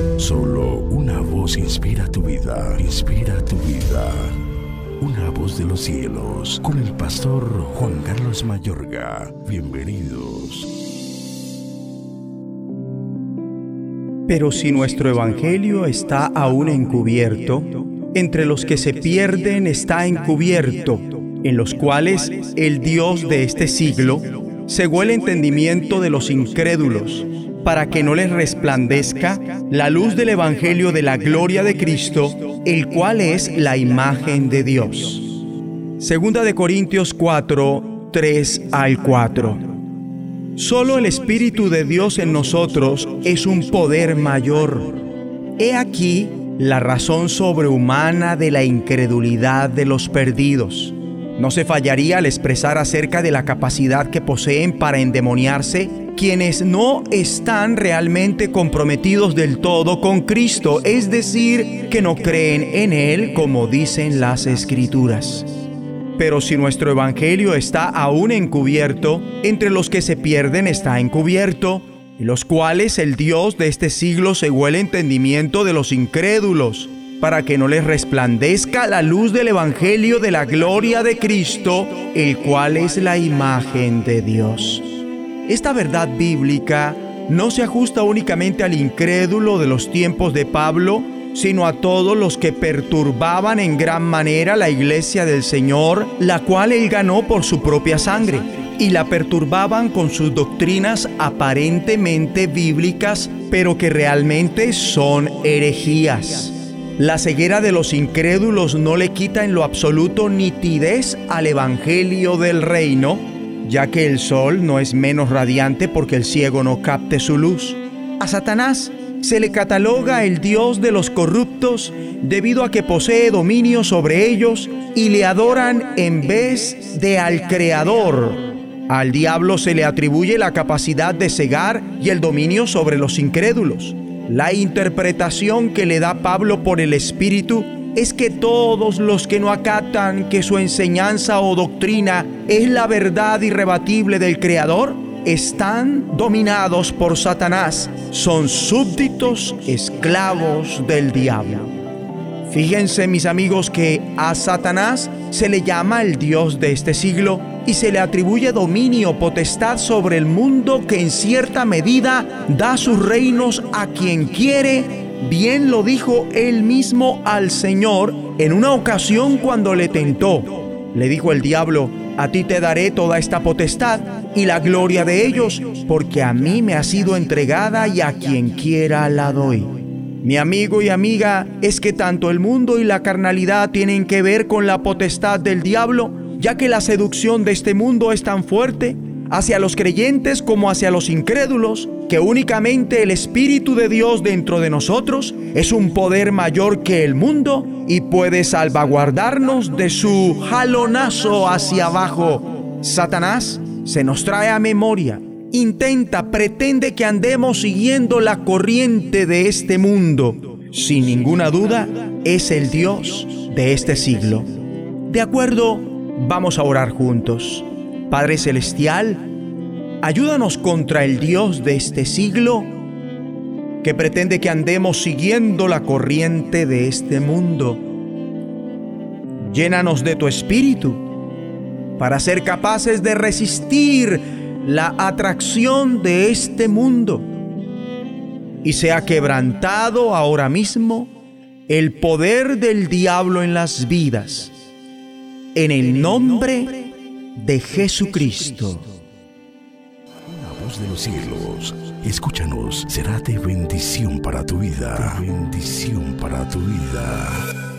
Solo una voz inspira tu vida, inspira tu vida. Una voz de los cielos, con el pastor Juan Carlos Mayorga. Bienvenidos. Pero si nuestro evangelio está aún encubierto, entre los que se pierden está encubierto, en los cuales el Dios de este siglo cegó el entendimiento de los incrédulos, para que no les resplandezca la luz del evangelio de la gloria de Cristo, el cual es la imagen de Dios. Segunda de Corintios 4, 3 al 4. Solo el Espíritu de Dios en nosotros es un poder mayor. He aquí la razón sobrehumana de la incredulidad de los perdidos. No se fallaría al expresar acerca de la capacidad que poseen para endemoniarse quienes no están realmente comprometidos del todo con Cristo, es decir, que no creen en Él como dicen las Escrituras. Pero si nuestro evangelio está aún encubierto, entre los que se pierden está encubierto, en los cuales el Dios de este siglo cegó el entendimiento de los incrédulos, para que no les resplandezca la luz del evangelio de la gloria de Cristo, el cual es la imagen de Dios. Esta verdad bíblica no se ajusta únicamente al incrédulo de los tiempos de Pablo, sino a todos los que perturbaban en gran manera la iglesia del Señor, la cual Él ganó por su propia sangre, y la perturbaban con sus doctrinas aparentemente bíblicas, pero que realmente son herejías. La ceguera de los incrédulos no le quita en lo absoluto nitidez al evangelio del reino, ya que el sol no es menos radiante porque el ciego no capte su luz. A Satanás se le cataloga el Dios de los corruptos debido a que posee dominio sobre ellos y le adoran en vez de al Creador. Al diablo se le atribuye la capacidad de cegar y el dominio sobre los incrédulos. La interpretación que le da Pablo por el Espíritu es que todos los que no acatan que su enseñanza o doctrina es la verdad irrebatible del Creador, están dominados por Satanás, son súbditos, esclavos del diablo. Fíjense, mis amigos, que a Satanás se le llama el Dios de este siglo y se le atribuye dominio, potestad sobre el mundo que en cierta medida da sus reinos a quien quiere. Bien lo dijo él mismo al Señor en una ocasión cuando le tentó. Le dijo el diablo: a ti te daré toda esta potestad y la gloria de ellos, porque a mí me ha sido entregada y a quien quiera la doy. Mi amigo y amiga, es que tanto el mundo y la carnalidad tienen que ver con la potestad del diablo, ya que la seducción de este mundo es tan fuerte hacia los creyentes como hacia los incrédulos, que únicamente el Espíritu de Dios dentro de nosotros es un poder mayor que el mundo y puede salvaguardarnos de su jalonazo hacia abajo. Satanás se nos trae a memoria, pretende que andemos siguiendo la corriente de este mundo. Sin ninguna duda, es el Dios de este siglo. De acuerdo, vamos a orar juntos. Padre Celestial, ayúdanos contra el Dios de este siglo que pretende que andemos siguiendo la corriente de este mundo. Llénanos de tu Espíritu para ser capaces de resistir la atracción de este mundo y sea quebrantado ahora mismo el poder del diablo en las vidas. En el nombre de Jesucristo. La voz de los cielos, escúchanos, será de bendición para tu vida. De bendición para tu vida.